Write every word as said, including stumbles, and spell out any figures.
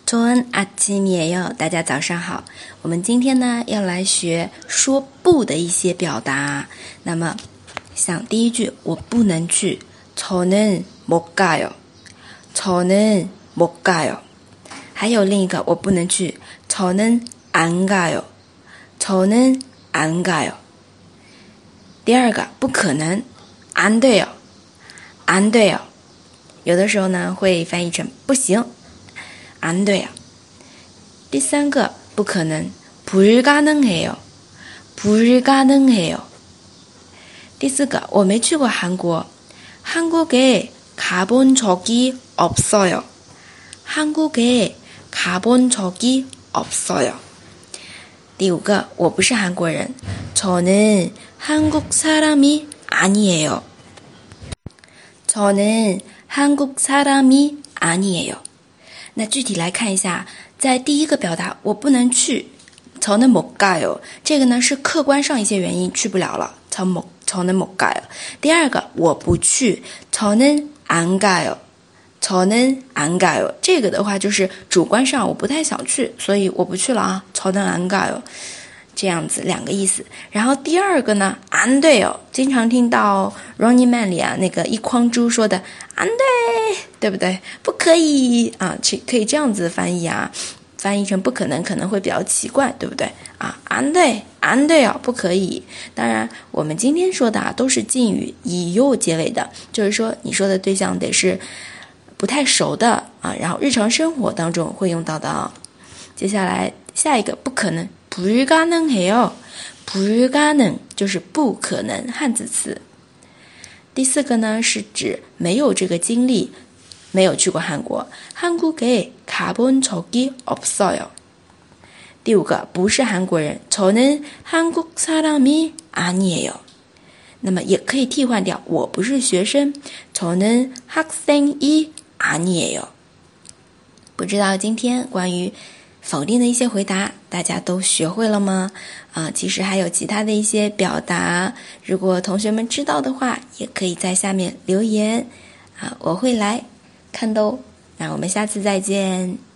좋은 아침이에요，大家早上好。我们今天呢要来学说不的一些表达。那么，像第一句，我不能去，저는 못 가요，저는 못 가요。还有另一个，我不能去，저는 안 가요，저는 안 가요。第二个，不可能，안 돼요，안 돼요。有的时候呢会翻译成不行。안 돼요。第三个不可能，불가능해요，불가능해요。第四个我没去过韩国，한국에 가본 적이 없어요，한국에 가본 적이 없어요。第五个我不是韩国人，저는 한국 사람이 아니에요，저는 한국 사람이 아니에요。那具体来看一下，在第一个表达我不能去，저는 못 가요，这个呢是客观上一些原因去不了了，저는 못 가요。第二个我不去，저는 안 가요，저는 안 가요。这个的话就是主观上我不太想去，所以我不去了啊，저는 안 가요。这样子两个意思。然后第二个呢，안 돼요，经常听到 Running Man 里啊那个一筐猪说的안 돼，对不对？不可以啊，可以这样子翻译啊，翻译成不可能可能会比较奇怪，对不对？啊안 돼，안 돼요，不可以。当然，我们今天说的啊都是敬语，以요结尾的，就是说你说的对象得是不太熟的啊，然后日常生活当中会用到的啊。接下来下一个不可能。불가능해요，불가능就是不可能汉字词。第四个呢是指没有这个经历，没有去过韩国。한국에 가본 적이 없어요。第五个不是韩国人，저는 한국 사람이 아니에요。那么也可以替换掉，我不是学生，저는 학생이 아니에요。不知道今天关于否定的一些回答大家都学会了吗？啊，其实还有其他的一些表达，如果同学们知道的话也可以在下面留言啊，我会来看的哦。那我们下次再见。